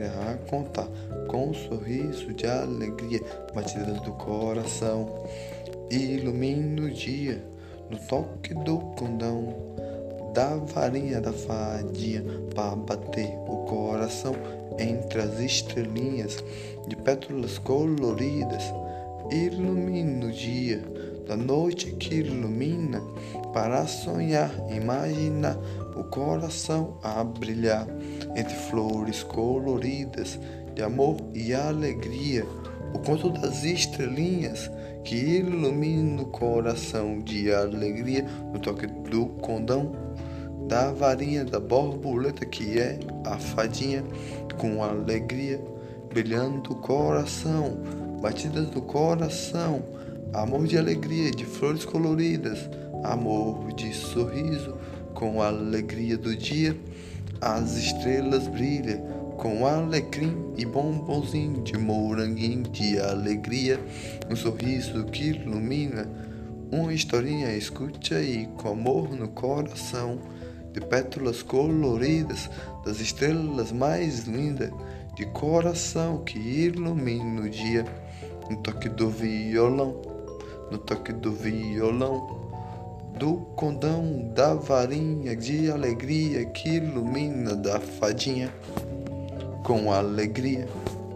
história a contar, com um sorriso de alegria, batidas do coração. Ilumina o dia, no toque do condão, da varinha da fadinha, pra bater o coração entre as estrelinhas de pétalas coloridas. Ilumina o dia, da noite que ilumina, para sonhar, imaginar o coração a brilhar entre flores coloridas de amor e alegria. O conto das estrelinhas que ilumina o coração de alegria, no toque do condão, da varinha da borboleta que é a fadinha, com alegria, brilhando o coração, batidas do coração, amor de alegria, de flores coloridas, amor de sorriso, com a alegria do dia, as estrelas brilham, com alecrim e bombonzinho de moranguinho de alegria, um sorriso que ilumina, uma historinha escute aí, com amor no coração, de pétalas coloridas, das estrelas mais lindas, de coração que ilumina o dia, no toque do violão, no toque do violão, do condão, da varinha de alegria que ilumina da fadinha, com alegria.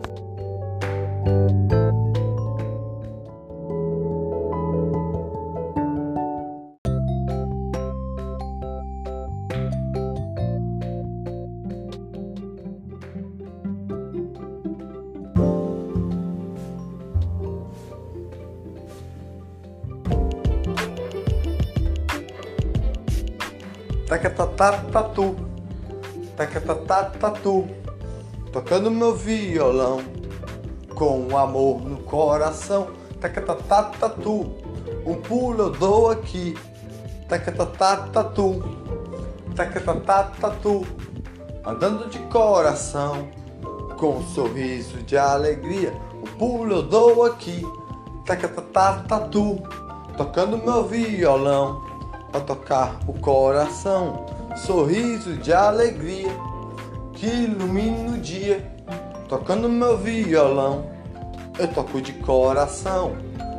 Taca-ta-ta-ta-tu, taca-ta-ta-ta-tu, tocando meu violão, com amor no coração. Taca-ta-ta-ta-tu, um pulo eu dou aqui. Taca-ta-ta-ta-tu, taca-ta-ta-ta-tu, andando de coração, com um sorriso de alegria. Um pulo eu dou aqui. Taca-ta-ta-ta-tu, tocando meu violão, pra tocar o coração, sorriso de alegria que ilumina o dia, tocando meu violão, eu toco de coração.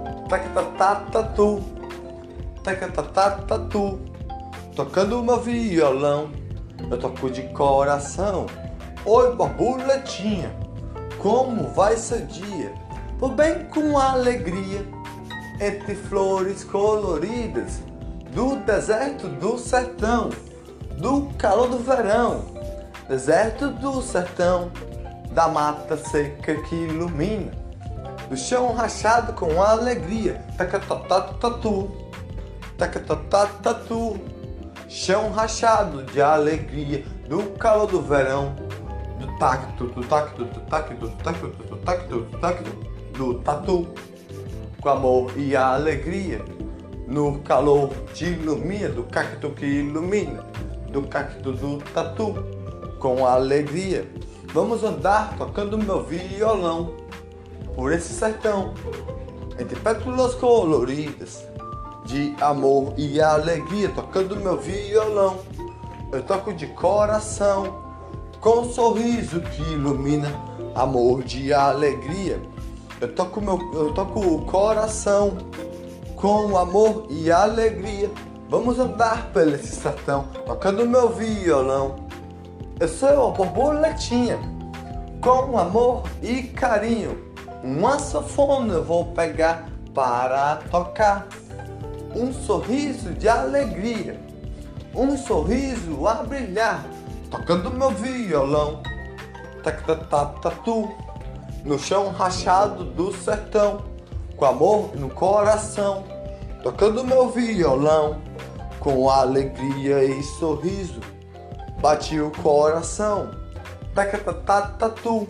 Taca-ta-ta-ta-tu, taca-ta-ta-ta-tu, tocando meu violão, eu toco de coração. Oi, borboletinha, como vai seu dia? Vou bem com alegria, entre flores coloridas, do deserto do sertão, do calor do verão, deserto do sertão, da mata seca que ilumina, do chão rachado com alegria. Taca-ta-ta-ta-tu, taca-ta-ta-ta-tu, chão rachado de alegria, do calor do verão, do tacto, do tacto, do tacto, do tacto, do tacto, do tacto, do tatu, com amor e alegria. No calor te ilumina, do cacto que ilumina, do cacto do tatu, com alegria. Vamos andar tocando meu violão, por esse sertão, entre pétalas coloridas, de amor e alegria, tocando meu violão. Eu toco de coração, com um sorriso que ilumina, amor de alegria. Eu toco o coração, com amor e alegria. Vamos andar pelo esse sertão, tocando meu violão. Eu sou a borboletinha, com amor e carinho. Uma sanfona eu vou pegar para tocar. Um sorriso de alegria, um sorriso a brilhar, tocando meu violão. Taca-ta-ta-ta-tu, no chão rachado do sertão, com amor no coração, tocando meu violão, com alegria e sorriso, bate o coração. Taca-ta-ta-ta-tu,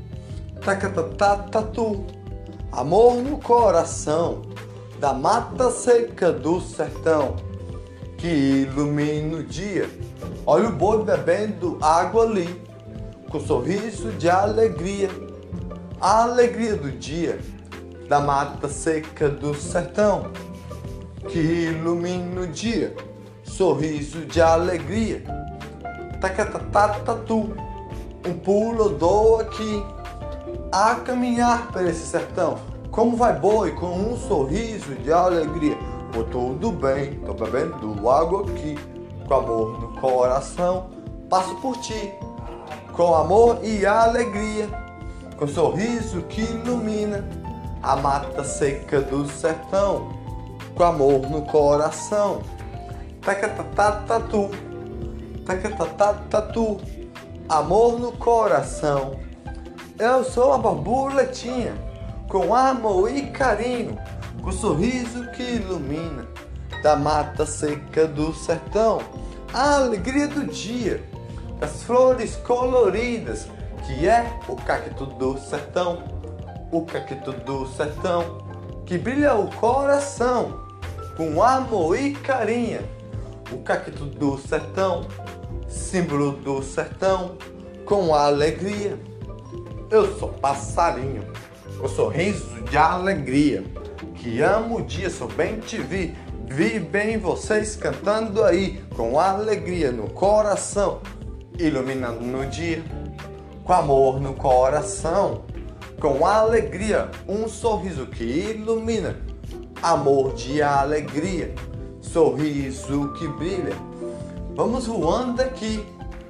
taca-ta-ta-ta-tu, amor no coração, da mata seca do sertão, que ilumina o dia. Olha o boi bebendo água ali, com sorriso de alegria, a alegria do dia, da mata seca do sertão, que ilumina o dia, sorriso de alegria. Taca-ta-ta-ta-tu, um pulo eu dou aqui, a caminhar por esse sertão. Como vai boi com um sorriso de alegria. Pô, tudo bem, tô bebendo água aqui, com amor no coração, passo por ti, com amor e alegria, com sorriso que ilumina a mata seca do sertão, com amor no coração. Taca-tatatatu, taca-tatatatu, amor no coração. Eu sou a borboletinha, com amor e carinho, com sorriso que ilumina da mata seca do sertão, a alegria do dia, das flores coloridas, que é o cacto do sertão, o cacto do sertão, que brilha o coração, com amor e carinho, o cacto do sertão, símbolo do sertão, com alegria. Eu sou passarinho, com sorriso de alegria, que amo o dia, sou bem te vi bem vocês cantando aí, com alegria no coração, iluminando no dia, com amor no coração, com alegria, um sorriso que ilumina, amor de alegria, sorriso que brilha. Vamos voando aqui,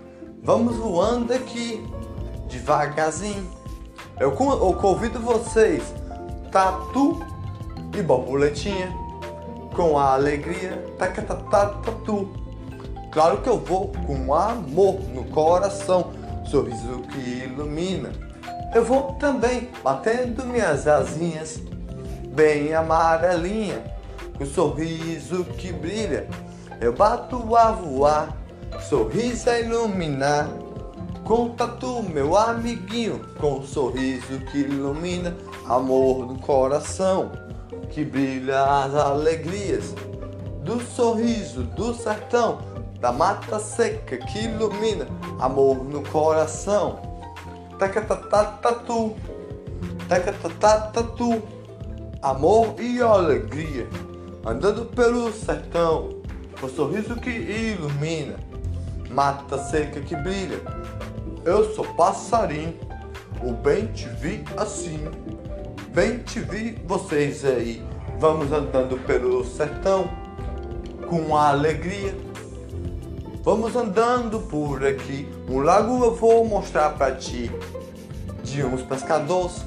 devagarzinho. Eu convido vocês, tatu e borboletinha, com a alegria, taca-tatatatu. Claro que eu vou com amor no coração, sorriso que ilumina. Eu vou também batendo minhas asinhas, bem amarelinha, com sorriso que brilha. Eu bato a voar, sorriso a iluminar, com tatu, meu amiguinho, com sorriso que ilumina, amor no coração, que brilha as alegrias do sorriso do sertão, da mata seca que ilumina, amor no coração. Taca-tatatatu, taca-tatatatu, amor e alegria, andando pelo sertão, com sorriso que ilumina, mata seca que brilha. Eu sou passarinho, o bem te vi assim, bem te vi vocês aí. Vamos andando pelo sertão, com alegria. Vamos andando por aqui, um lago eu vou mostrar pra ti, de uns pescadores,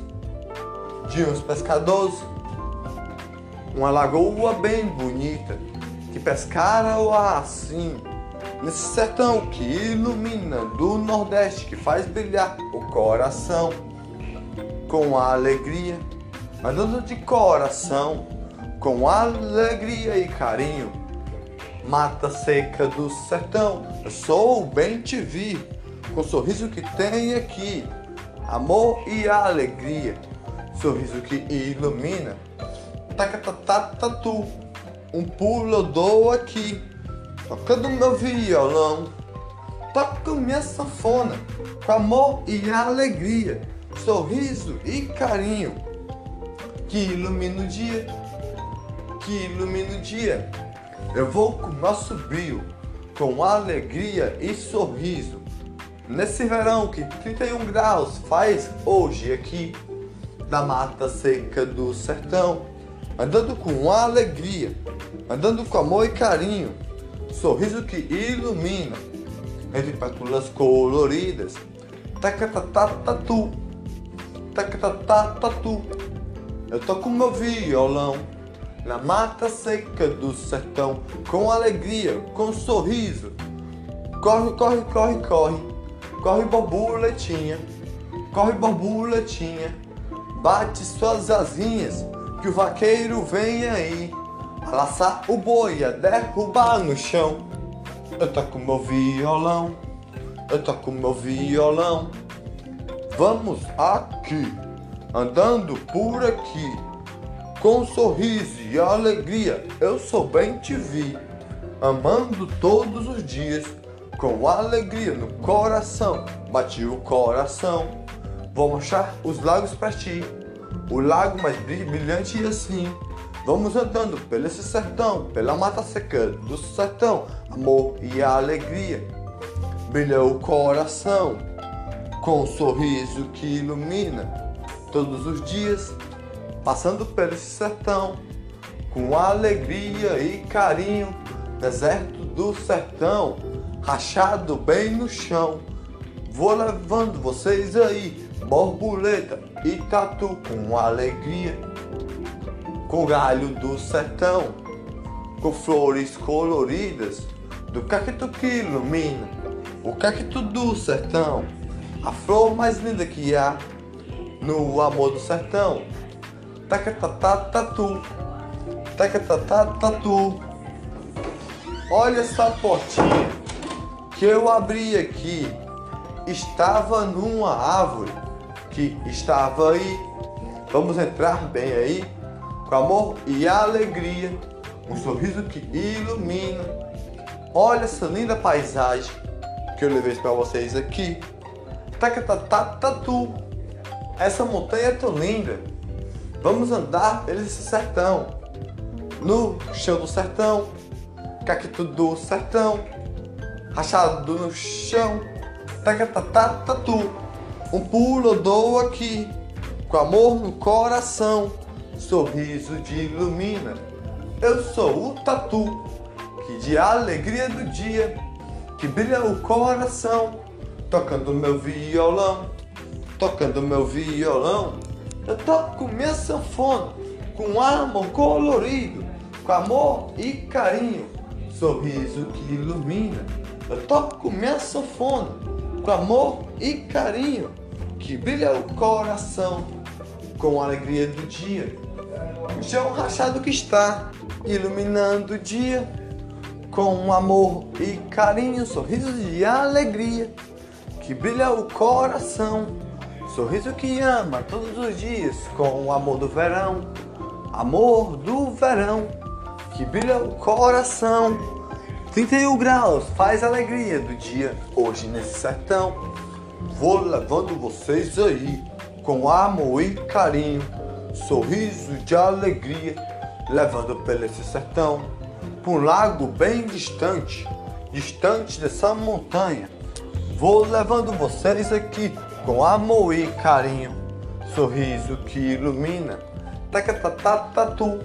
uma lagoa bem bonita, que pescaram assim, nesse sertão que ilumina do Nordeste, que faz brilhar o coração, com alegria, andando de coração, com alegria e carinho, mata seca do sertão. Eu sou o bem te vi, com o sorriso que tem aqui, amor e alegria, sorriso que ilumina. Taca-tatatatu, um pulo eu dou aqui, tocando meu violão, toco minha sanfona, com amor e alegria, sorriso e carinho, que ilumina o dia, Eu vou com nosso brio, com alegria e sorriso, nesse verão que 31 graus faz hoje aqui, da mata seca do sertão, andando com alegria, andando com amor e carinho, sorriso que ilumina, entre pétalas coloridas. Taca-tatatatu, taca-tatatatu, eu toco meu violão, na mata seca do sertão, com alegria, com sorriso. Corre, corre, corre, corre, corre borboletinha, bate suas asinhas, que o vaqueiro vem aí, a laçar o boi, a derrubar no chão. Eu toco meu violão, vamos aqui, andando por aqui, com sorriso e alegria. Eu sou bem te vi, amando todos os dias, com alegria no coração, bati o coração. Vou mostrar os lagos pra ti, o lago mais brilhante assim. Vamos andando pelo esse sertão, pela mata seca do sertão, amor e alegria, brilha o coração, com um sorriso que ilumina todos os dias, passando pelo sertão, com alegria e carinho, deserto do sertão, rachado bem no chão. Vou levando vocês aí, borboleta e tatu, com alegria, com galho do sertão, com flores coloridas, do cacto que ilumina o cacto do sertão, a flor mais linda que há no amor do sertão. Tacatatatu, tacatatatu. Olha essa portinha que eu abri aqui, estava numa árvore que estava aí. Vamos entrar bem aí, com amor e alegria, um sorriso que ilumina. Olha essa linda paisagem que eu levei para vocês aqui. Tacatatatu. Essa montanha é tão linda. Vamos andar nesse sertão, no chão do sertão, cacto do sertão, rachado no chão. Tacatatatu. Um pulo eu dou aqui, com amor no coração, sorriso de ilumina. Eu sou o tatu, que de alegria do dia, que brilha o coração, tocando meu violão, tocando meu violão. Eu toco minha sanfona, com amor colorido, com amor e carinho, sorriso que ilumina. Eu toco minha sanfona, com amor e carinho, que brilha o coração, com a alegria do dia. O chão rachado que está iluminando o dia, com amor e carinho, sorriso de alegria, que brilha o coração, sorriso que ama todos os dias, com o amor do verão, que brilha o coração. 31 graus faz a alegria do dia, hoje nesse sertão. Vou levando vocês aí, com amor e carinho, sorriso de alegria, levando pelo esse sertão, para um lago bem distante, distante dessa montanha. Vou levando vocês aqui, com amor e carinho, sorriso que ilumina. Tacatatatu,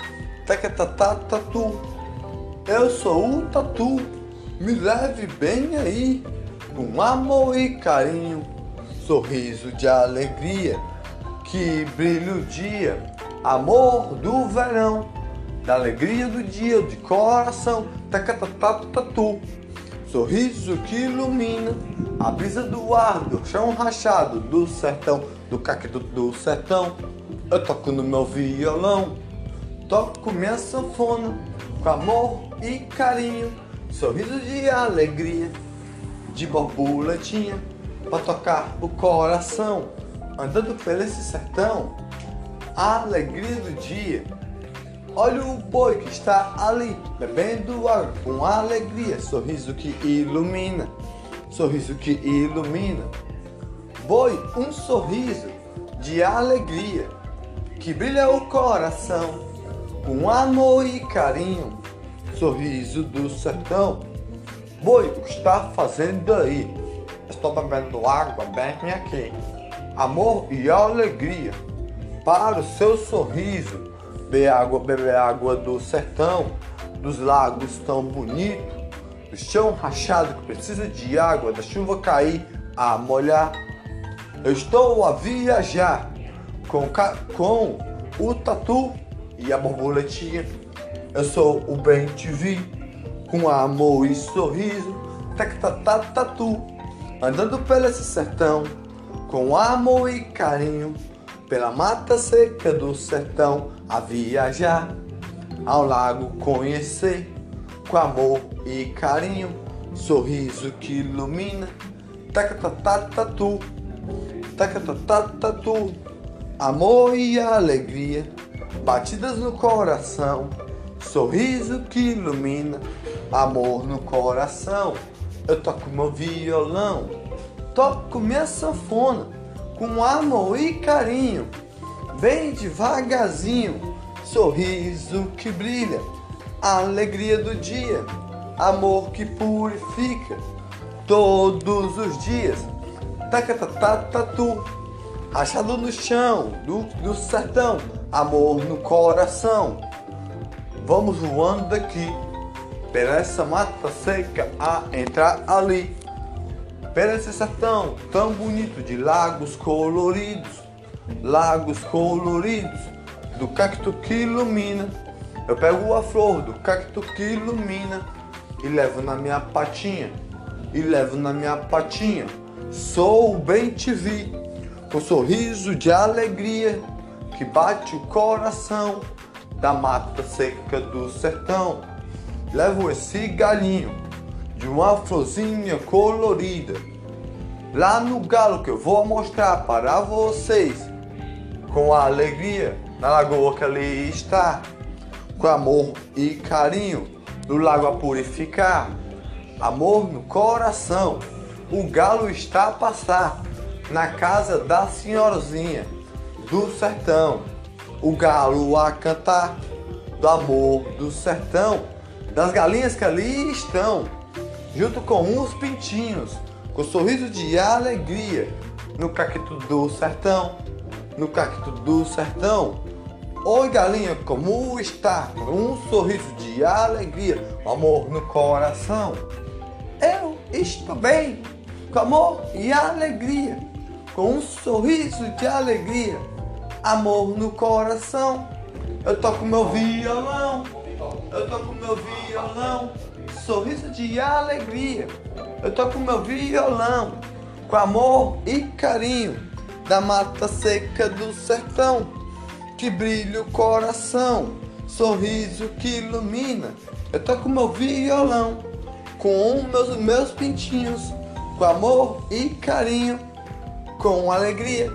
tacatatatu. Eu sou o tatu, me leve bem aí, com amor e carinho, sorriso de alegria, que brilha o dia, amor do verão, da alegria do dia, de coração. Tacatatatu, sorriso que ilumina a brisa do ar, do chão rachado, do sertão, do cacto do sertão. Eu toco no meu violão, toco minha sanfona, com amor e carinho, sorriso de alegria, de borboletinha, pra tocar o coração, andando pelo esse sertão, a alegria do dia. Olha o boi que está ali, bebendo água com alegria, sorriso que ilumina, sorriso que ilumina. Boi, um sorriso de alegria, que brilha o coração, com amor e carinho, sorriso do sertão. Boi, o que está fazendo aí? Estou bebendo água bem aqui, amor e alegria, para o seu sorriso. Beber água do sertão, dos lagos tão bonitos, do chão rachado que precisa de água, da chuva cair a molhar. Eu estou a viajar com o tatu e a borboletinha. Eu sou o bem te vi, com amor e sorriso, tacatatatu, andando pelo esse sertão, com amor e carinho, pela mata seca do sertão, a viajar, ao lago conhecer, com amor e carinho, sorriso que ilumina. Tacatatatu, tacatatatu, amor e alegria, batidas no coração, sorriso que ilumina, amor no coração. Eu toco meu violão, toco minha sanfona, com amor e carinho, bem devagarzinho, sorriso que brilha, alegria do dia, amor que purifica todos os dias. tatu, rachado no chão do sertão, amor no coração. Vamos voando daqui, pela essa mata seca a entrar ali, pela esse sertão tão bonito de lagos coloridos, do cacto que ilumina. Eu pego a flor do cacto que ilumina e levo na minha patinha, Sou bem te vi, com sorriso de alegria que bate o coração da mata seca do sertão. Levo esse galinho de uma florzinha colorida lá no galo que eu vou mostrar para vocês, com alegria na lagoa que ali está, com amor e carinho no lago a purificar, amor no coração. O galo está a passar na casa da senhorzinha do sertão, o galo a cantar do amor do sertão, das galinhas que ali estão, junto com os pintinhos, com sorriso de alegria, no cacto do sertão, Oi galinha, como está? Com um sorriso de alegria, amor no coração. Eu estou bem, com amor e alegria, com um sorriso de alegria, amor no coração. Eu toco meu violão, sorriso de alegria. Eu toco meu violão, com amor e carinho, da mata seca do sertão, que brilha o coração, sorriso que ilumina. Eu toco meu violão, com meus pintinhos, com amor e carinho, com alegria,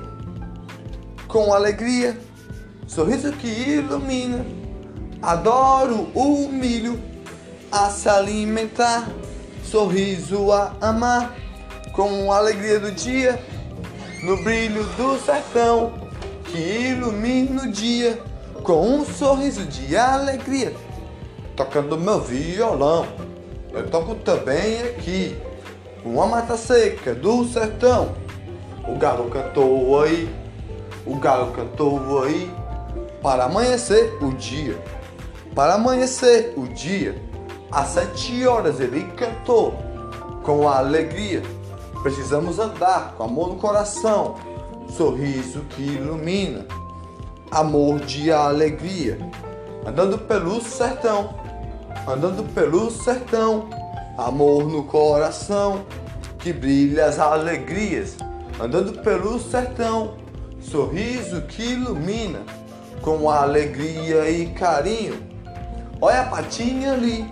sorriso que ilumina. Adoro o milho a se alimentar, sorriso a amar, com a alegria do dia, no brilho do sertão, que ilumina o dia, com um sorriso de alegria. Tocando meu violão, eu toco também aqui, com a mata seca do sertão. O galo cantou aí, para amanhecer o dia, às 7 horas ele cantou, com alegria. Precisamos andar com amor no coração, sorriso que ilumina, amor de alegria. Andando pelo sertão, amor no coração, que brilha as alegrias. Andando pelo sertão, sorriso que ilumina, com alegria e carinho. Olha a patinha ali,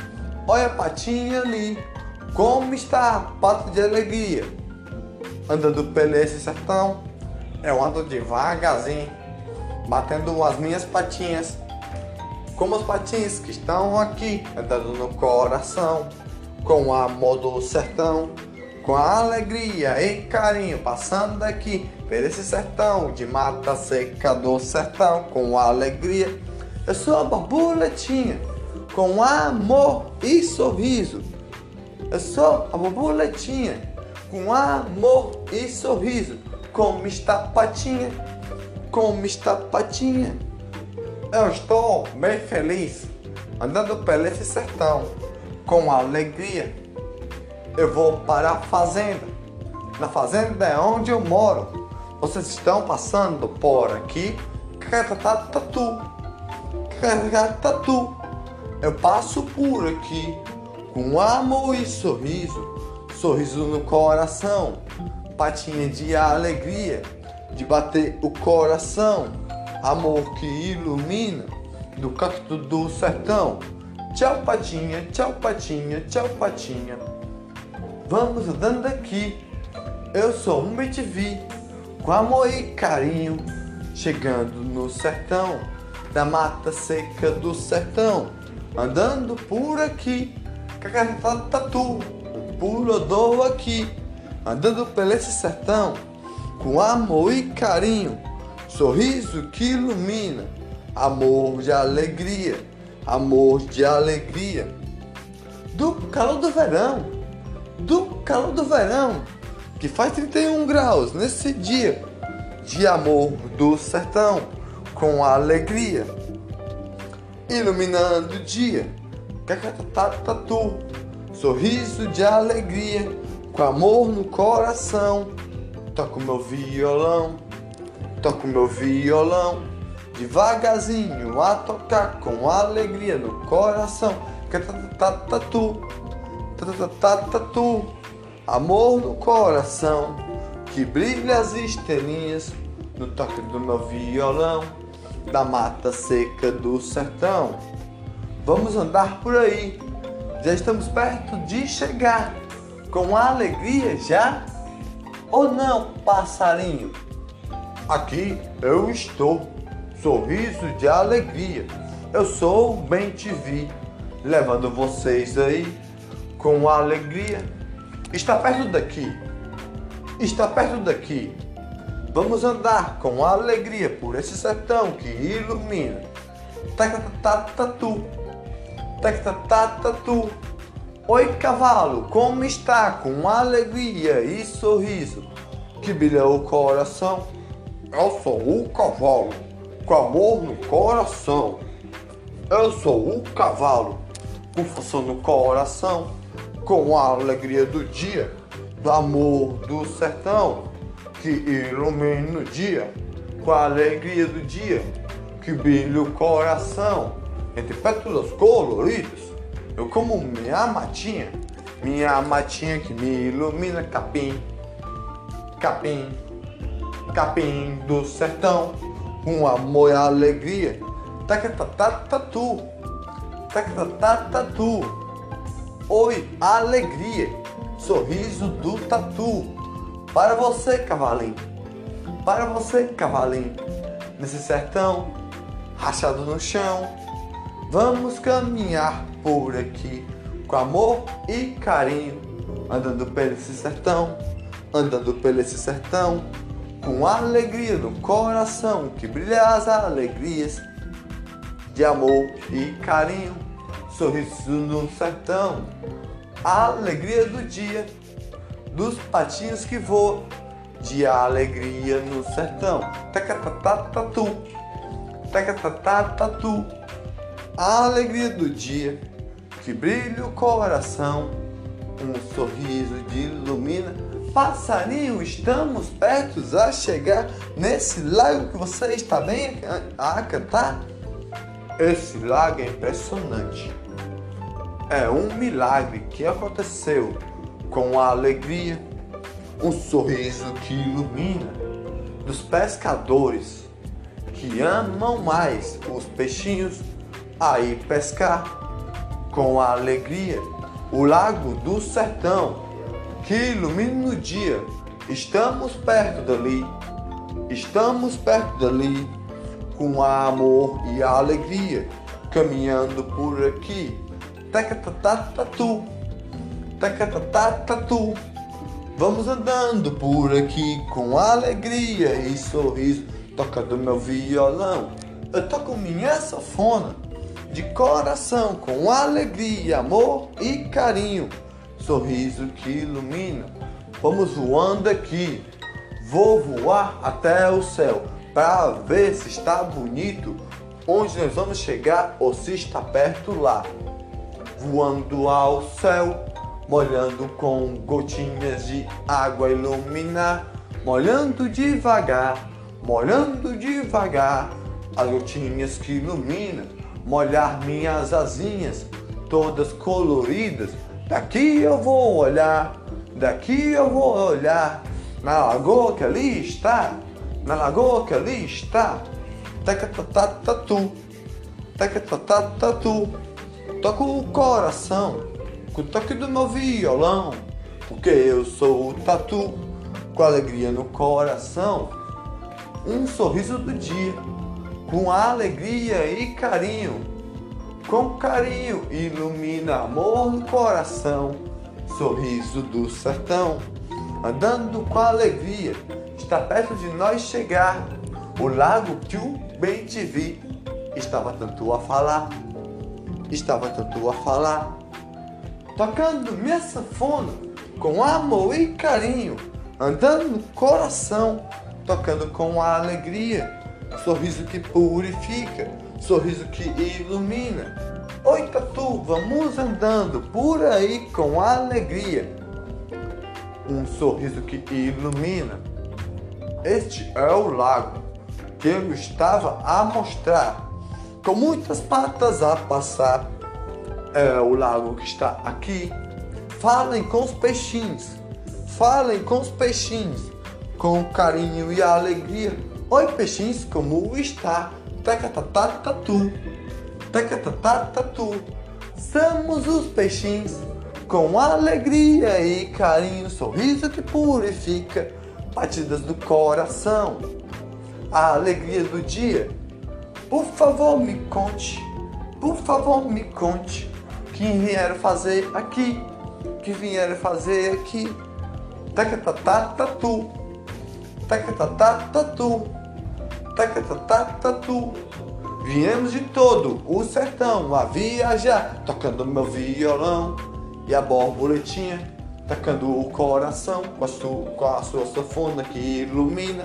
como está a pata de alegria. Andando pelo esse sertão, eu ando devagarzinho, batendo as minhas patinhas, como os patins que estão aqui, andando no coração, com o amor do sertão, com a alegria e carinho, passando daqui por esse sertão de mata seca do sertão, com alegria. Eu sou a borboletinha, com amor e sorriso. Eu sou a borboletinha, com amor e sorriso. Como está a patinha? Eu estou bem feliz, andando por esse sertão, com alegria. Eu vou para a fazenda, na fazenda é onde eu moro. Vocês estão passando por aqui? Tatu. Eu passo por aqui, com amor e sorriso no coração, patinha de alegria, de bater o coração, amor que ilumina, do cacto do sertão. Tchau patinha, tchau patinha, tchau patinha. Vamos andando aqui, eu sou um BTV, com amor e carinho, chegando no sertão, da mata seca do sertão. Andando por aqui, tatu, pulo aqui, andando por esse sertão, com amor e carinho, sorriso que ilumina, amor de alegria, do calor do verão, que faz 31 graus nesse dia de amor do sertão, com alegria, iluminando o dia, tatu, sorriso de alegria, com amor no coração. Toco meu violão, devagarzinho a tocar com alegria no coração. Tatu, amor no coração, que brilha as estrelinhas no toque do meu violão, da mata seca do sertão. Vamos andar por aí, já estamos perto de chegar, com alegria já, ou não, passarinho? Aqui eu estou, sorriso de alegria, eu sou o Bem-te-vi, levando vocês aí com alegria. Está perto daqui, vamos andar com alegria por esse sertão que ilumina. Tatu. Oi, cavalo, como está? Com alegria e sorriso que brilha o coração. Eu sou o cavalo, com amor no coração. Eu sou o cavalo, com força no coração, com a alegria do dia, do amor do sertão, que ilumina o dia, com a alegria do dia, que brilha o coração. Entre pétalas coloridas, eu como minha matinha que me ilumina. Capim do sertão, com amor e alegria. Tatu. Oi, alegria, sorriso do tatu. Para você, cavalinho, nesse sertão rachado no chão. Vamos caminhar por aqui com amor e carinho, andando pelo esse sertão, com alegria no coração, que brilha as alegrias de amor e carinho, sorriso no sertão, a alegria do dia, dos patinhos que voam, de alegria no sertão. Tatu, a alegria do dia, que brilha o coração, um sorriso de ilumina. Passarinho, estamos perto a chegar nesse lago que você está bem a cantar. Esse lago é impressionante. É um milagre que aconteceu com a alegria, um sorriso que ilumina, dos pescadores que amam mais os peixinhos a ir pescar, com a alegria, o lago do sertão que ilumina o dia. Estamos perto dali, com amor e alegria, caminhando por aqui. Tatu. Vamos andando por aqui com alegria e sorriso, tocando meu violão. Eu toco minha sanfona de coração, com alegria, amor e carinho, sorriso que ilumina. Vamos voando aqui, vou voar até o céu, para ver se está bonito, onde nós vamos chegar ou se está perto lá. Voando ao céu, molhando com gotinhas de água iluminar, molhando devagar, as gotinhas que iluminam, molhar minhas asinhas, todas coloridas. Daqui eu vou olhar, na lagoa que ali está, Tatu. Toco o coração com o toque do meu violão, porque eu sou o tatu, com alegria no coração, um sorriso do dia, com alegria e carinho, com carinho ilumina amor no coração, sorriso do sertão, andando com alegria, está perto de nós chegar, o lago que o Bem-te-vi estava tanto a falar, tocando minha sanfona com amor e carinho, andando no coração, tocando com alegria. Sorriso que purifica, sorriso que ilumina. Oi, tatu, vamos andando por aí com alegria. Um sorriso que ilumina. Este é o lago que eu estava a mostrar, com muitas patas a passar. É o lago que está aqui. Falem com os peixinhos, falem com os peixinhos, com carinho e alegria. Oi, peixinhos, como está? Tacatatatu, tacatatatu. Somos os peixinhos, com alegria e carinho, sorriso que purifica, batidas do coração, a alegria do dia. Por favor, me conte, por favor, me conte, o que vieram fazer aqui, o que vieram fazer aqui. Tacatatatu, tacatatatu, tacatatatu. Viemos de todo o sertão a viajar, tocando meu violão e a borboletinha, tocando o coração com a sua sanfona que ilumina.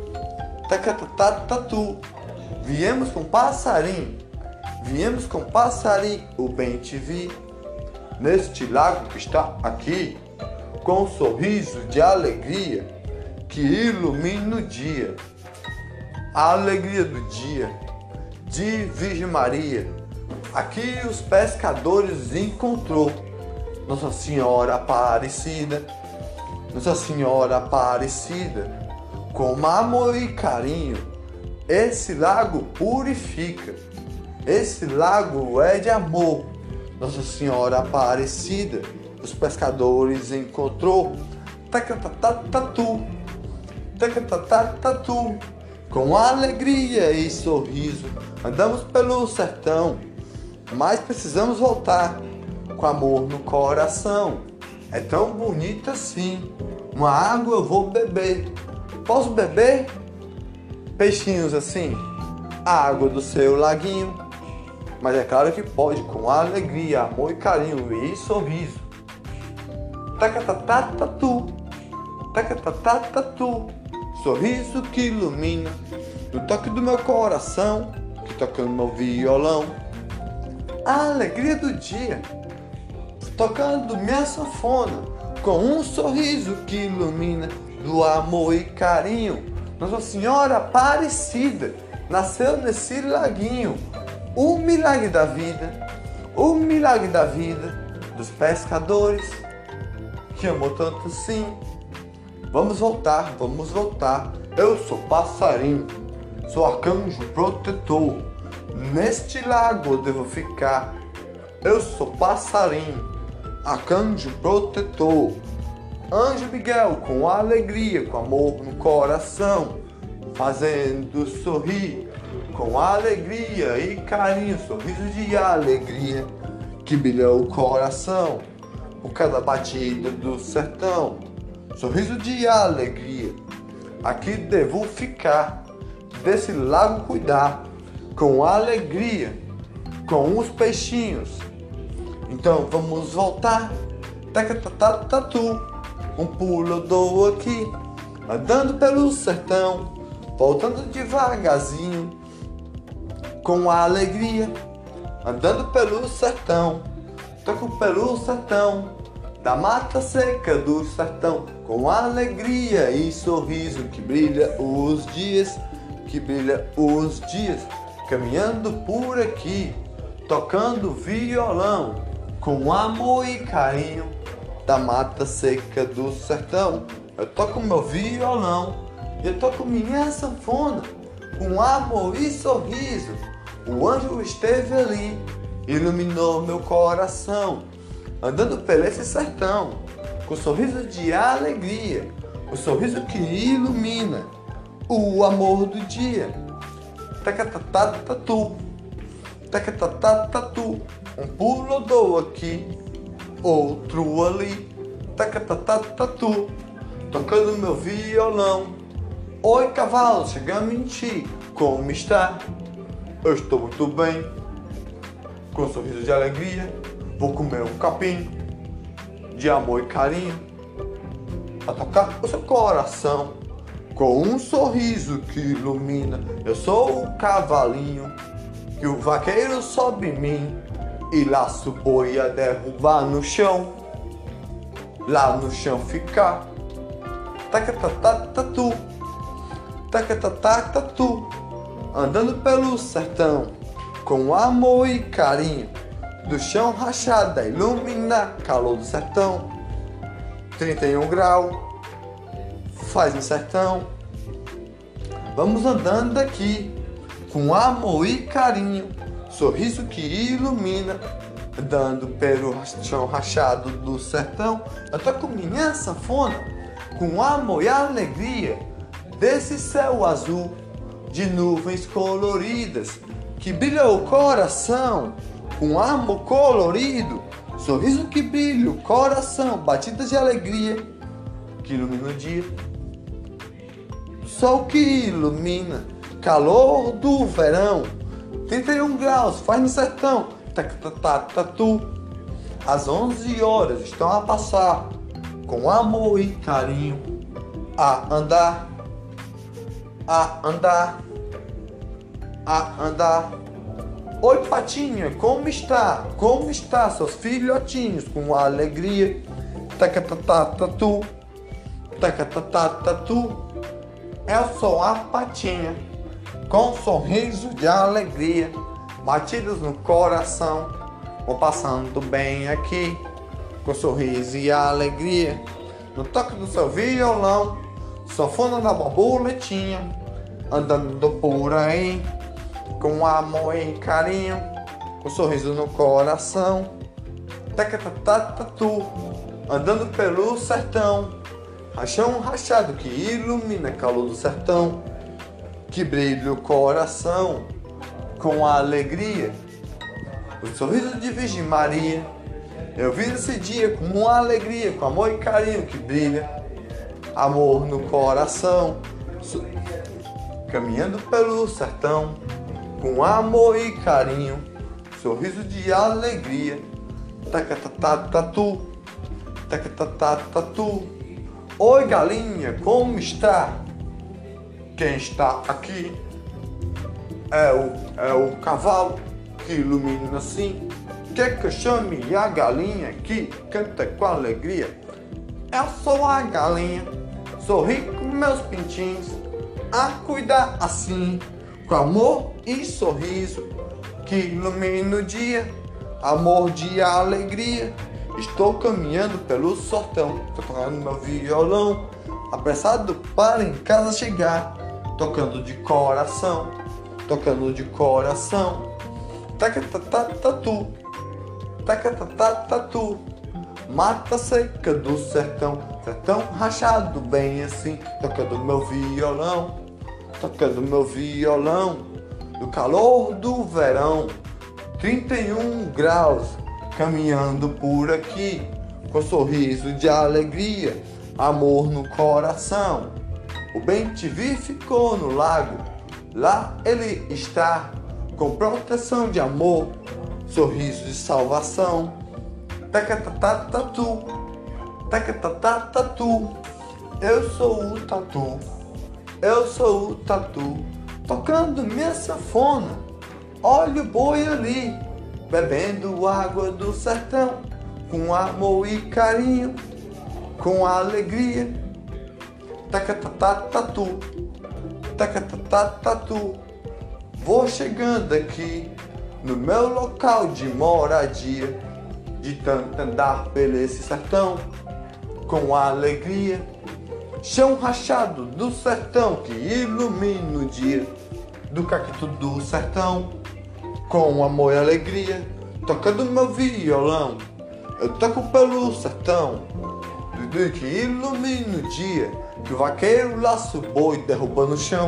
Tacatatatu. Viemos com passarinho, viemos com passarinho, o bem te vi, neste lago que está aqui, com um sorriso de alegria que ilumina o dia. A alegria do dia de Virgem Maria, aqui os pescadores encontrou Nossa Senhora Aparecida, Nossa Senhora Aparecida, com amor e carinho. Esse lago purifica, esse lago é de amor. Nossa Senhora Aparecida, os pescadores encontrou. Tacatatatu, tacatatatu. Com alegria e sorriso, andamos pelo sertão, mas precisamos voltar com amor no coração. É tão bonito assim, uma água eu vou beber. Posso beber? Peixinhos assim, a água do seu laguinho. Mas é claro que pode, com alegria, amor e carinho e sorriso. Tacatatatu, tacatatatu. Sorriso que ilumina, no toque do meu coração, que tocando meu violão. A alegria do dia, tocando minha sanfona, com um sorriso que ilumina, do amor e carinho. Nossa Senhora Aparecida nasceu nesse laguinho. O milagre da vida, o milagre da vida dos pescadores, que amou tanto assim. Vamos voltar, vamos voltar. Eu sou passarinho, sou arcanjo protetor. Neste lago eu devo ficar. Eu sou passarinho, arcanjo protetor. Anjo Miguel com alegria, com amor no coração, fazendo sorrir com alegria e carinho, sorriso de alegria que brilha o coração por cada batida do sertão. Sorriso de alegria, aqui devo ficar, desse lago cuidar, com alegria, com os peixinhos. Então vamos voltar, tacatatatu, um pulo eu dou aqui, andando pelo sertão, voltando devagarzinho, com alegria, andando pelo sertão, toco pelo sertão, da mata seca do sertão, com alegria e sorriso que brilha os dias, que brilha os dias, caminhando por aqui, tocando violão, com amor e carinho, da mata seca do sertão. Eu toco meu violão, eu toco minha sanfona, com amor e sorriso. O anjo esteve ali, iluminou meu coração, andando pelo esse sertão, com sorriso de alegria, o sorriso que ilumina o amor do dia. Tacatatatu, tacatatatu, um pulo eu dou aqui, outro ali. Tacatatatu, tocando meu violão. Oi cavalo, chegamos em ti, como está? Eu estou muito bem, com um sorriso de alegria. Vou comer um capim de amor e carinho. a tocar o seu coração. Com um sorriso que ilumina, eu sou o cavalinho que o vaqueiro sobe em mim e laço o boi a derrubar no chão. Lá no chão ficar. Taca-tatatatu, taca-tatatatu, andando pelo sertão, com amor e carinho, do chão rachado a iluminar, calor do sertão. 31 graus, faz no sertão. Vamos andando daqui, com amor e carinho, sorriso que ilumina, andando pelo chão rachado do sertão. Eu toco minha sanfona, com amor e alegria, desse céu azul, de nuvens coloridas, que brilha o coração, com amor colorido, sorriso que brilha o coração, batidas de alegria, que ilumina o dia, sol que ilumina, calor do verão, 31 graus, faz no sertão, taca-tatatatu. As 11 horas estão a passar, com amor e carinho, a andar, a andar, a andar. Oi, patinha, como está? Como está, seus filhotinhos? Com alegria, taca-tatatatu, taca-tatatatu. Eu sou a patinha, com um sorriso de alegria, batidas no coração, vou passando bem aqui, com sorriso e alegria, no toque do seu violão, sanfona da borboletinha, andando por aí, com amor e carinho, com sorriso no coração, taca-tatatatu, andando pelo sertão, rachão rachado que ilumina, calor do sertão, que brilha o coração, com alegria, o sorriso de Virgem Maria. Eu vi esse dia com uma alegria, com amor e carinho que brilha, amor no coração, caminhando pelo sertão, com amor e carinho, sorriso de alegria, taca-tatatatu, taca-tatatatu. Oi, galinha, como está? Quem está aqui é o cavalo que ilumina assim. Quer que eu chame a galinha que canta com alegria? Eu sou a galinha, sorri com meus pintinhos, a cuidar assim, com amor e sorriso, que ilumina o dia, amor de alegria. Estou caminhando pelo sertão, tocando meu violão, apressado para em casa chegar, tocando de coração, tocando de coração. Taca-tatatatu, taca-tatatatu, mata seca do sertão, sertão rachado bem assim, tocando meu violão, tocando meu violão, no calor do verão, 31 graus, caminhando por aqui, com sorriso de alegria, amor no coração. O bem-te-vi ficou no lago, lá ele está, com proteção de amor, sorriso de salvação. Taca-tatatatu, taca-tatatatu, eu sou o tatu, eu sou o tatu, tocando minha sanfona, olha o boi ali, bebendo água do sertão, com amor e carinho, com alegria. Taca-tatatatu, taca-tatatatu, vou chegando aqui no meu local de moradia, de tanto andar pelo esse sertão, com alegria. Chão rachado do sertão que ilumina o dia, do cacto do sertão, com amor e alegria, tocando meu violão. Eu toco pelo sertão, do que ilumina o dia, que o vaqueiro laça o boi derruba no chão,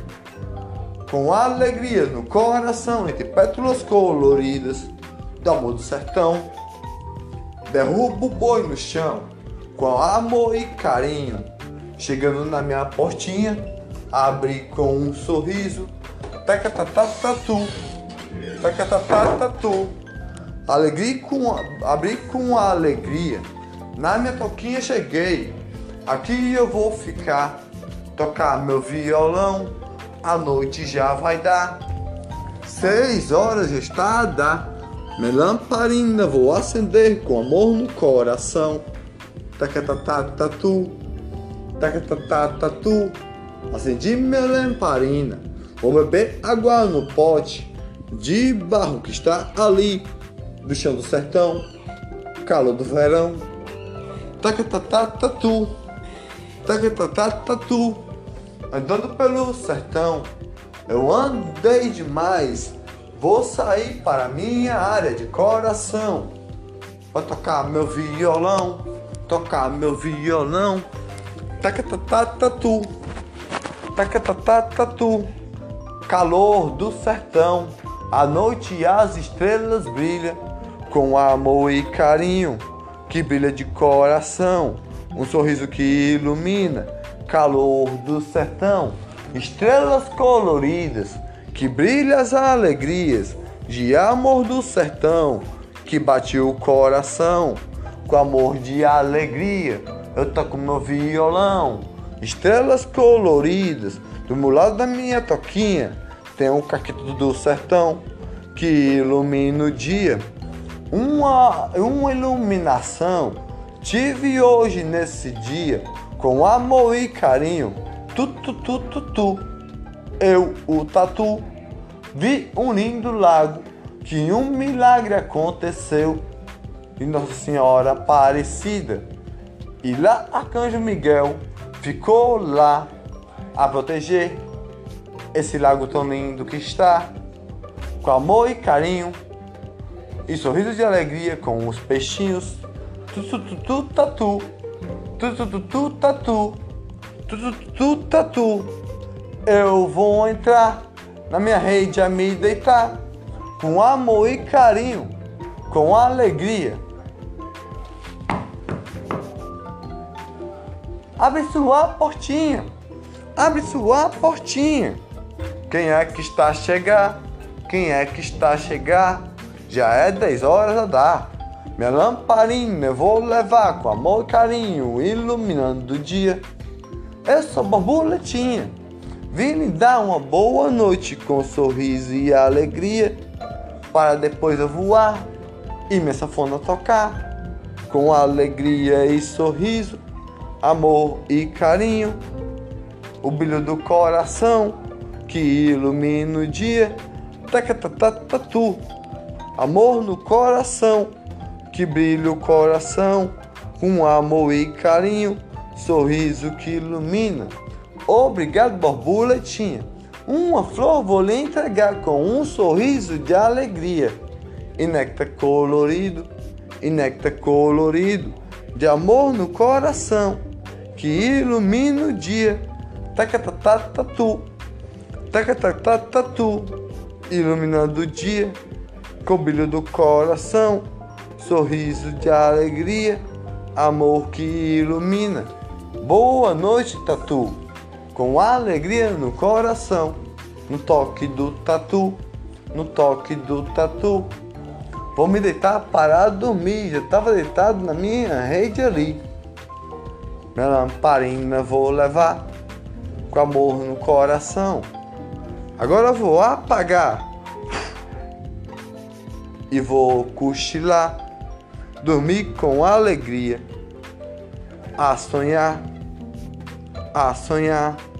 com alegria no coração, entre pétalas coloridas do amor do sertão. Derrubo o boi no chão, com amor e carinho, chegando na minha portinha, abri com um sorriso, taca-tatatatu, taca-tatatatu. Abri com alegria, na minha toquinha cheguei, Aqui eu vou ficar, tocar meu violão, a noite já vai dar. 6 horas já está a dar. Minha lamparina vou acender com amor no coração. Tacatatatu, tacatatatu. Acendi minha lamparina. Vou beber água no pote de barro que está ali, do chão do sertão, calor do verão. Tacatatatu, tacatatatu. Andando pelo sertão, eu andei demais. Vou sair para minha área de coração. Vou tocar meu violão, tocar meu violão. Tacatatatu, tacatatatu. Calor do sertão, à noite as estrelas brilham, com amor e carinho, que brilha de coração. Um sorriso que ilumina, calor do sertão. Estrelas coloridas, que brilha as alegrias de amor do sertão, que bate o coração com amor de alegria. Eu toco meu violão. Estrelas coloridas, do meu lado da minha toquinha tem um caquito do sertão que ilumina o dia. Uma iluminação tive hoje nesse dia, com amor e carinho. Eu, o tatu, vi um lindo lago, que um milagre aconteceu, e Nossa Senhora Aparecida, e lá Arcanjo Miguel ficou lá a proteger esse lago tão lindo que está, com amor e carinho, e sorrisos de alegria com os peixinhos. Tatu, tatu. Eu vou entrar na minha rede a me deitar, com amor e carinho, com alegria. Abre sua portinha, abre sua portinha. Quem é que está a chegar? Quem é que está a chegar? Já é 10 horas a dar. Minha lamparina eu vou levar com amor e carinho, iluminando o dia. Eu sou borboletinha, vim lhe dar uma boa noite com sorriso e alegria, para depois eu voar e minha sanfona tocar, com alegria e sorriso, amor e carinho, o brilho do coração que ilumina o dia. Tacatatatu, amor no coração que brilha o coração, com amor e carinho, sorriso que ilumina. Obrigado, borboletinha. Uma flor vou lhe entregar com um sorriso de alegria. E néctar colorido, de amor no coração, que ilumina o dia. Tacatatatu, tacatatatu, iluminando o dia, com o brilho do coração, sorriso de alegria, amor que ilumina. Boa noite, tatu, com alegria no coração, no toque do tatu, no toque do tatu. Vou me deitar para dormir, já estava deitado na minha rede ali. Minha lamparina vou levar, com amor no coração. Agora vou apagar e vou cochilar, dormir com alegria, a sonhar, a sonhar.